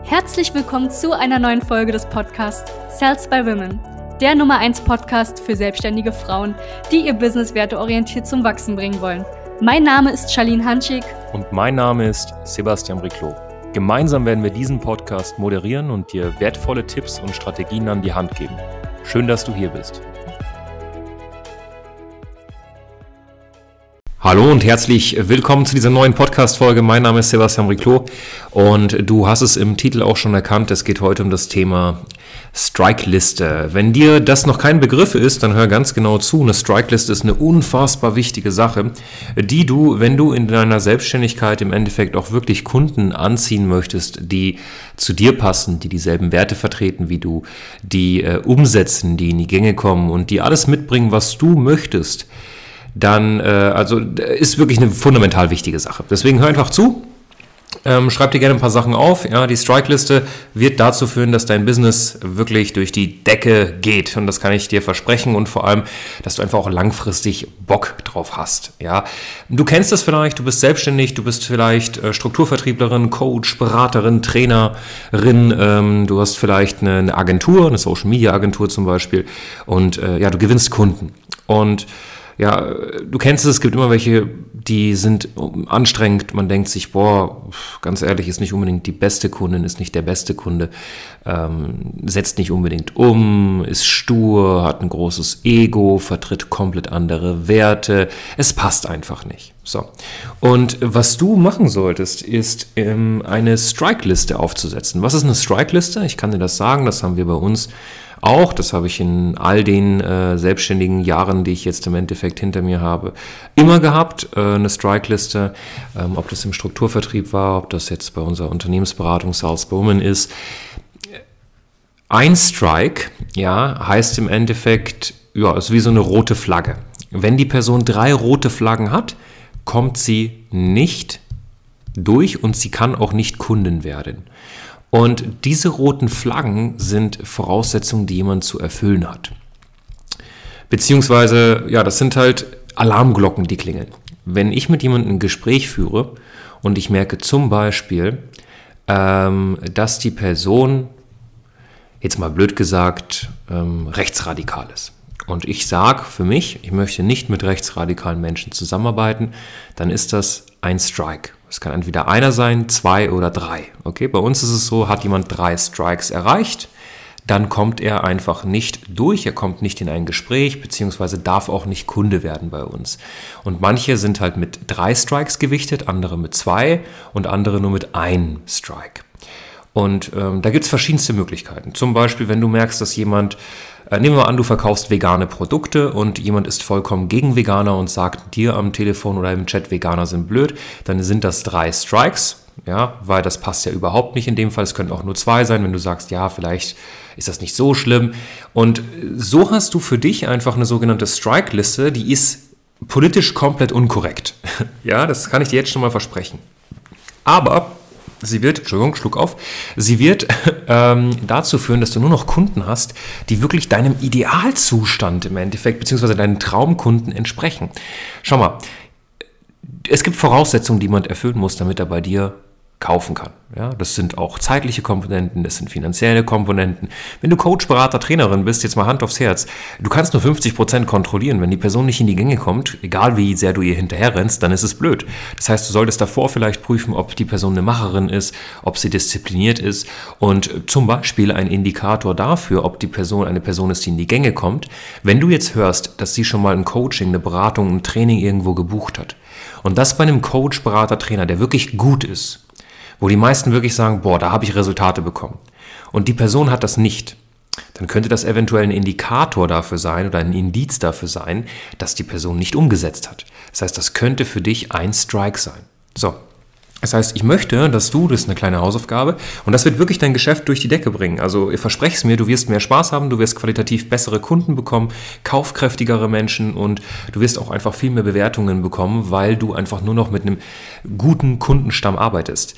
Herzlich willkommen zu einer neuen Folge des Podcasts Sales by Women, der Nummer 1 Podcast für selbstständige Frauen, die ihr Business werteorientiert zum Wachsen bringen wollen. Mein Name ist Charlene Hanschig. Und mein Name ist Sebastian Briclot. Gemeinsam werden wir diesen Podcast moderieren und dir wertvolle Tipps und Strategien an die Hand geben. Schön, dass du hier bist. Hallo und herzlich willkommen zu dieser neuen Podcast-Folge. Mein Name ist Sebastian Briclot und du hast es im Titel auch schon erkannt, es geht heute um das Thema Strike-Liste. Wenn dir das noch kein Begriff ist, dann hör ganz genau zu. Eine Strike-Liste ist eine unfassbar wichtige Sache, die du, wenn du in deiner Selbstständigkeit im Endeffekt auch wirklich Kunden anziehen möchtest, die zu dir passen, die dieselben Werte vertreten wie du, die umsetzen, die in die Gänge kommen und die alles mitbringen, was du möchtest, dann ist wirklich eine fundamental wichtige Sache. Deswegen hör einfach zu, schreib dir gerne ein paar Sachen auf. Ja, die Strike-Liste wird dazu führen, dass dein Business wirklich durch die Decke geht. Und das kann ich dir versprechen. Und vor allem, dass du einfach auch langfristig Bock drauf hast. Ja, du kennst das vielleicht, du bist selbstständig, du bist vielleicht Strukturvertrieblerin, Coach, Beraterin, Trainerin. Du hast vielleicht eine Agentur, eine Social-Media-Agentur zum Beispiel. Und du gewinnst Kunden. Und ja, du kennst es gibt immer welche, die sind anstrengend. Man denkt sich, ganz ehrlich, ist nicht unbedingt die beste Kundin, ist nicht der beste Kunde, setzt nicht unbedingt um, ist stur, hat ein großes Ego, vertritt komplett andere Werte. Es passt einfach nicht. So. Und was du machen solltest, ist eine Strike-Liste aufzusetzen. Was ist eine Strike-Liste? Ich kann dir das sagen, das haben wir bei uns auch, das habe ich in all den selbstständigen Jahren, die ich jetzt im Endeffekt hinter mir habe, immer gehabt, eine Strike-Liste, ob das im Strukturvertrieb war, ob das jetzt bei unserer Unternehmensberatung Sales by Women ist. Ein Strike, heißt im Endeffekt, ist wie so eine rote Flagge. Wenn die Person 3 rote Flaggen hat, kommt sie nicht durch und sie kann auch nicht Kundin werden. Und diese roten Flaggen sind Voraussetzungen, die jemand zu erfüllen hat. Beziehungsweise, das sind halt Alarmglocken, die klingeln. Wenn ich mit jemandem ein Gespräch führe und ich merke zum Beispiel, dass die Person, jetzt mal blöd gesagt, rechtsradikal ist. Und ich sage für mich, ich möchte nicht mit rechtsradikalen Menschen zusammenarbeiten, dann ist das ein Strike. Es kann entweder einer sein, 2 oder 3. Okay, bei uns ist es so, hat jemand 3 Strikes erreicht, dann kommt er einfach nicht durch, er kommt nicht in ein Gespräch, beziehungsweise darf auch nicht Kunde werden bei uns. Und manche sind halt mit 3 Strikes gewichtet, andere mit 2 und andere nur mit 1 Strike. Und da gibt es verschiedenste Möglichkeiten. Zum Beispiel, wenn du merkst, dass jemand, nehmen wir mal an, du verkaufst vegane Produkte und jemand ist vollkommen gegen Veganer und sagt dir am Telefon oder im Chat, Veganer sind blöd, dann sind das 3 Strikes, weil das passt ja überhaupt nicht in dem Fall. Es können auch nur 2 sein, wenn du sagst, vielleicht ist das nicht so schlimm. Und so hast du für dich einfach eine sogenannte Strike-Liste, die ist politisch komplett unkorrekt. Das kann ich dir jetzt schon mal versprechen. Aber sie wird dazu führen, dass du nur noch Kunden hast, die wirklich deinem Idealzustand im Endeffekt, beziehungsweise deinen Traumkunden entsprechen. Schau mal, es gibt Voraussetzungen, die jemand erfüllen muss, damit er bei dir kaufen kann. Das sind auch zeitliche Komponenten, das sind finanzielle Komponenten. Wenn du Coach, Berater, Trainerin bist, jetzt mal Hand aufs Herz, du kannst nur 50% kontrollieren. Wenn die Person nicht in die Gänge kommt, egal wie sehr du ihr hinterher rennst, dann ist es blöd. Das heißt, du solltest davor vielleicht prüfen, ob die Person eine Macherin ist, ob sie diszipliniert ist und zum Beispiel ein Indikator dafür, ob die Person eine Person ist, die in die Gänge kommt. Wenn du jetzt hörst, dass sie schon mal ein Coaching, eine Beratung, ein Training irgendwo gebucht hat und das bei einem Coach, Berater, Trainer, der wirklich gut ist, wo die meisten wirklich sagen, da habe ich Resultate bekommen. Und die Person hat das nicht. Dann könnte das eventuell ein Indikator dafür sein oder ein Indiz dafür sein, dass die Person nicht umgesetzt hat. Das heißt, das könnte für dich ein Strike sein. So. Das heißt, ich möchte, dass das ist eine kleine Hausaufgabe, und das wird wirklich dein Geschäft durch die Decke bringen. Also ich verspreche es mir, du wirst mehr Spaß haben, du wirst qualitativ bessere Kunden bekommen, kaufkräftigere Menschen und du wirst auch einfach viel mehr Bewertungen bekommen, weil du einfach nur noch mit einem guten Kundenstamm arbeitest.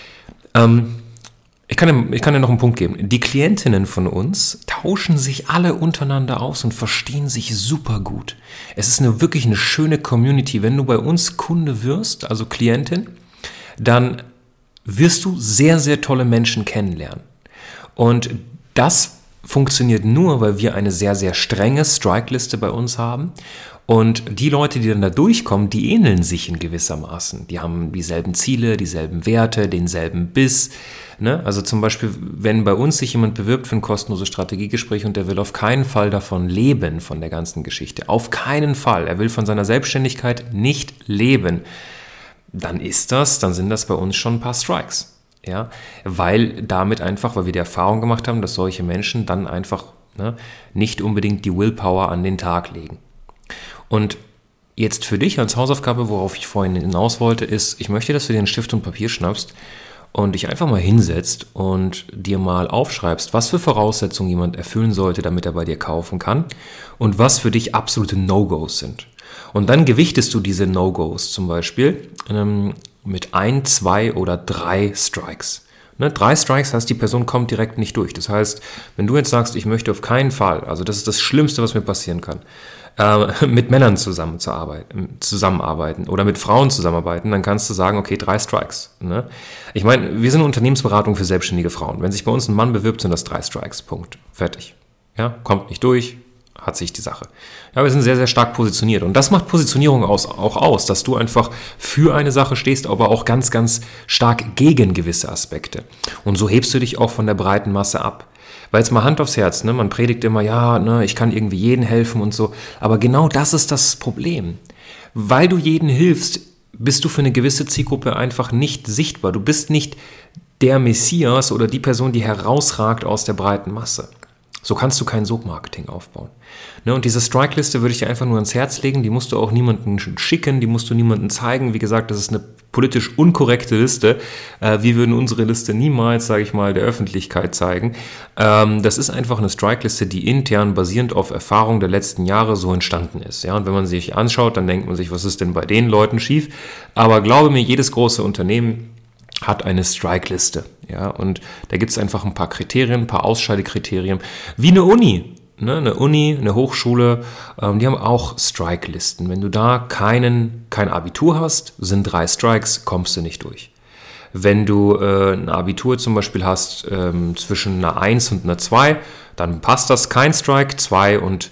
Ich kann dir noch einen Punkt geben. Die Klientinnen von uns tauschen sich alle untereinander aus und verstehen sich super gut. Es ist wirklich eine schöne Community. Wenn du bei uns Kunde wirst, also Klientin, dann wirst du sehr, sehr tolle Menschen kennenlernen. Und das funktioniert nur, weil wir eine sehr, sehr strenge Strike-Liste bei uns haben. Und die Leute, die dann da durchkommen, die ähneln sich in gewissermaßen. Die haben dieselben Ziele, dieselben Werte, denselben Biss. Ne? Also zum Beispiel, wenn bei uns sich jemand bewirbt für ein kostenloses Strategiegespräch und der will auf keinen Fall davon leben, von der ganzen Geschichte. Auf keinen Fall. Er will von seiner Selbstständigkeit nicht leben. Dann sind das bei uns schon ein paar Strikes. Ja, weil wir die Erfahrung gemacht haben, dass solche Menschen dann einfach nicht unbedingt die Willpower an den Tag legen. Und jetzt für dich als Hausaufgabe, worauf ich vorhin hinaus wollte, ist, ich möchte, dass du dir einen Stift und Papier schnappst und dich einfach mal hinsetzt und dir mal aufschreibst, was für Voraussetzungen jemand erfüllen sollte, damit er bei dir kaufen kann und was für dich absolute No-Gos sind. Und dann gewichtest du diese No-Gos zum Beispiel mit 1, 2 oder 3 Strikes. 3 Strikes heißt, die Person kommt direkt nicht durch. Das heißt, wenn du jetzt sagst, ich möchte auf keinen Fall, also das ist das Schlimmste, was mir passieren kann, mit Männern zusammenarbeiten oder mit Frauen zusammenarbeiten, dann kannst du sagen, okay, 3 Strikes. Ne? Ich meine, wir sind eine Unternehmensberatung für selbstständige Frauen. Wenn sich bei uns ein Mann bewirbt, sind das 3 Strikes. Punkt. Fertig. Ja, kommt nicht durch, hat sich die Sache. Ja, wir sind sehr, sehr stark positioniert. Und das macht Positionierung auch aus, dass du einfach für eine Sache stehst, aber auch ganz, ganz stark gegen gewisse Aspekte. Und so hebst du dich auch von der breiten Masse ab. Weil jetzt mal Hand aufs Herz, man predigt immer, ich kann irgendwie jedem helfen und so. Aber genau das ist das Problem. Weil du jedem hilfst, bist du für eine gewisse Zielgruppe einfach nicht sichtbar. Du bist nicht der Messias oder die Person, die herausragt aus der breiten Masse. So kannst du kein Sogmarketing aufbauen. Und diese Strike-Liste würde ich dir einfach nur ans Herz legen. Die musst du auch niemandem schicken, die musst du niemandem zeigen. Wie gesagt, das ist eine politisch unkorrekte Liste. Wir würden unsere Liste niemals, sage ich mal, der Öffentlichkeit zeigen. Das ist einfach eine Strike-Liste, die intern basierend auf Erfahrung der letzten Jahre so entstanden ist. Ja, und wenn man sich anschaut, dann denkt man sich, was ist denn bei den Leuten schief? Aber glaube mir, jedes große Unternehmen hat eine Strike-Liste. Ja, und da gibt es einfach ein paar Kriterien, ein paar Ausscheidekriterien, wie eine Uni. Eine Uni, eine Hochschule, die haben auch Strike-Listen. Wenn du da kein Abitur hast, sind 3 Strikes, kommst du nicht durch. Wenn du ein Abitur zum Beispiel hast zwischen einer 1 und einer 2, dann passt das, kein Strike. 2 und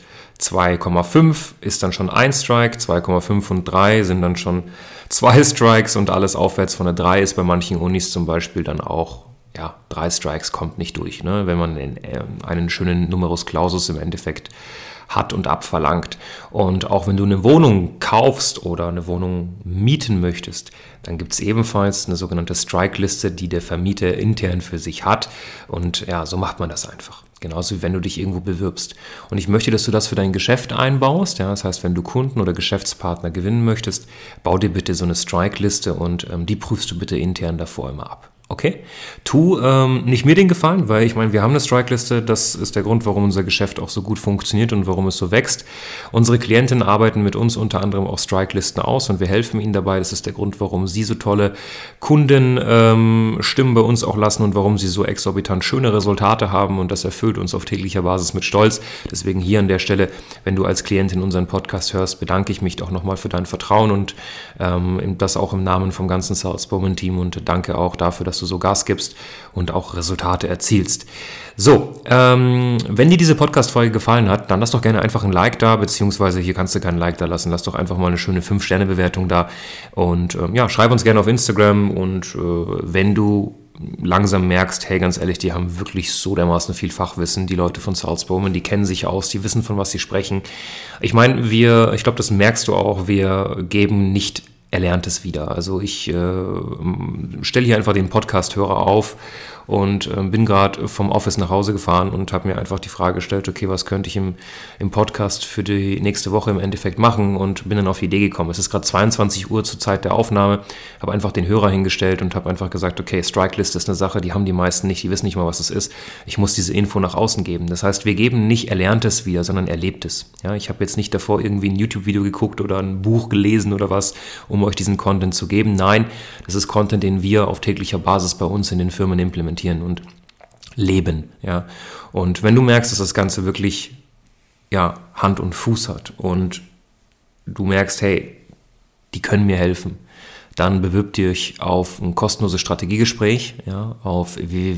2,5 ist dann schon ein Strike, 2,5 und 3 sind dann schon 2 Strikes und alles aufwärts von der 3 ist bei manchen Unis zum Beispiel dann auch 3 Strikes, kommt nicht durch, wenn man einen schönen Numerus Clausus im Endeffekt hat und abverlangt. Und auch wenn du eine Wohnung kaufst oder eine Wohnung mieten möchtest, dann gibt es ebenfalls eine sogenannte Strike-Liste, die der Vermieter intern für sich hat. Und ja, so macht man das einfach. Genauso wie wenn du dich irgendwo bewirbst. Und ich möchte, dass du das für dein Geschäft einbaust. Ja, das heißt, wenn du Kunden oder Geschäftspartner gewinnen möchtest, bau dir bitte so eine Strike-Liste und die prüfst du bitte intern davor immer ab. Okay? Tu nicht mir den Gefallen, weil ich meine, wir haben eine Strike-Liste, das ist der Grund, warum unser Geschäft auch so gut funktioniert und warum es so wächst. Unsere Klientinnen arbeiten mit uns unter anderem auch Strike-Listen aus und wir helfen ihnen dabei. Das ist der Grund, warum sie so tolle Kundenstimmen bei uns auch lassen und warum sie so exorbitant schöne Resultate haben und das erfüllt uns auf täglicher Basis mit Stolz. Deswegen hier an der Stelle, wenn du als Klientin unseren Podcast hörst, bedanke ich mich doch nochmal für dein Vertrauen und das auch im Namen vom ganzen Salzburg-Team und danke auch dafür, dass du so Gas gibst und auch Resultate erzielst. So, wenn dir diese Podcast-Folge gefallen hat, dann lass doch gerne einfach ein Like da, beziehungsweise hier kannst du keinen Like da lassen, lass doch einfach mal eine schöne 5-Sterne-Bewertung da und schreib uns gerne auf Instagram und wenn du langsam merkst, hey, ganz ehrlich, die haben wirklich so dermaßen viel Fachwissen, die Leute von Salzburg, die kennen sich aus, die wissen, von was sie sprechen. Ich meine, ich glaube, das merkst du auch, wir geben nicht Erlerntes wieder. Also ich stelle hier einfach den Podcast-Hörer auf und bin gerade vom Office nach Hause gefahren und habe mir einfach die Frage gestellt, okay, was könnte ich im Podcast für die nächste Woche im Endeffekt machen und bin dann auf die Idee gekommen. Es ist gerade 22 Uhr zur Zeit der Aufnahme, habe einfach den Hörer hingestellt und habe einfach gesagt, okay, Strike-List ist eine Sache, die haben die meisten nicht, die wissen nicht mal, was es ist. Ich muss diese Info nach außen geben. Das heißt, wir geben nicht Erlerntes wieder, sondern Erlebtes. Ja, ich habe jetzt nicht davor irgendwie ein YouTube-Video geguckt oder ein Buch gelesen oder was, um euch diesen Content zu geben. Nein, das ist Content, den wir auf täglicher Basis bei uns in den Firmen implementieren und leben, ja. Und wenn du merkst, dass das Ganze wirklich, Hand und Fuß hat und du merkst, hey, die können mir helfen, dann bewirb dich auf ein kostenloses Strategiegespräch, ja, auf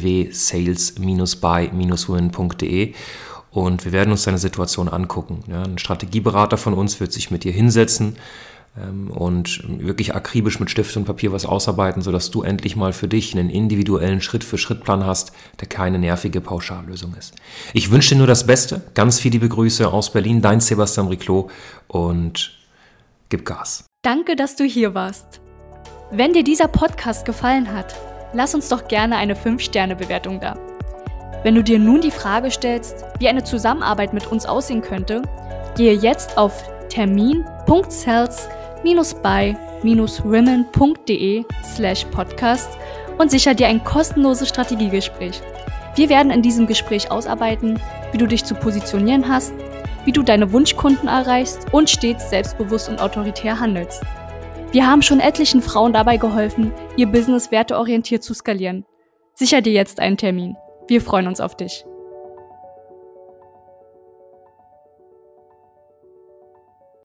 www.sales-by-women.de und wir werden uns deine Situation angucken. Ja. Ein Strategieberater von uns wird sich mit dir hinsetzen und wirklich akribisch mit Stift und Papier was ausarbeiten, sodass du endlich mal für dich einen individuellen Schritt-für-Schritt-Plan hast, der keine nervige Pauschallösung ist. Ich wünsche dir nur das Beste. Ganz viele liebe Grüße aus Berlin, dein Sebastian Riclot und gib Gas. Danke, dass du hier warst. Wenn dir dieser Podcast gefallen hat, lass uns doch gerne eine 5-Sterne-Bewertung da. Wenn du dir nun die Frage stellst, wie eine Zusammenarbeit mit uns aussehen könnte, gehe jetzt auf termin.sales-by-women.de/podcast und sicher dir ein kostenloses Strategiegespräch. Wir werden in diesem Gespräch ausarbeiten, wie du dich zu positionieren hast, wie du deine Wunschkunden erreichst und stets selbstbewusst und autoritär handelst. Wir haben schon etlichen Frauen dabei geholfen, ihr Business werteorientiert zu skalieren. Sicher dir jetzt einen Termin. Wir freuen uns auf dich.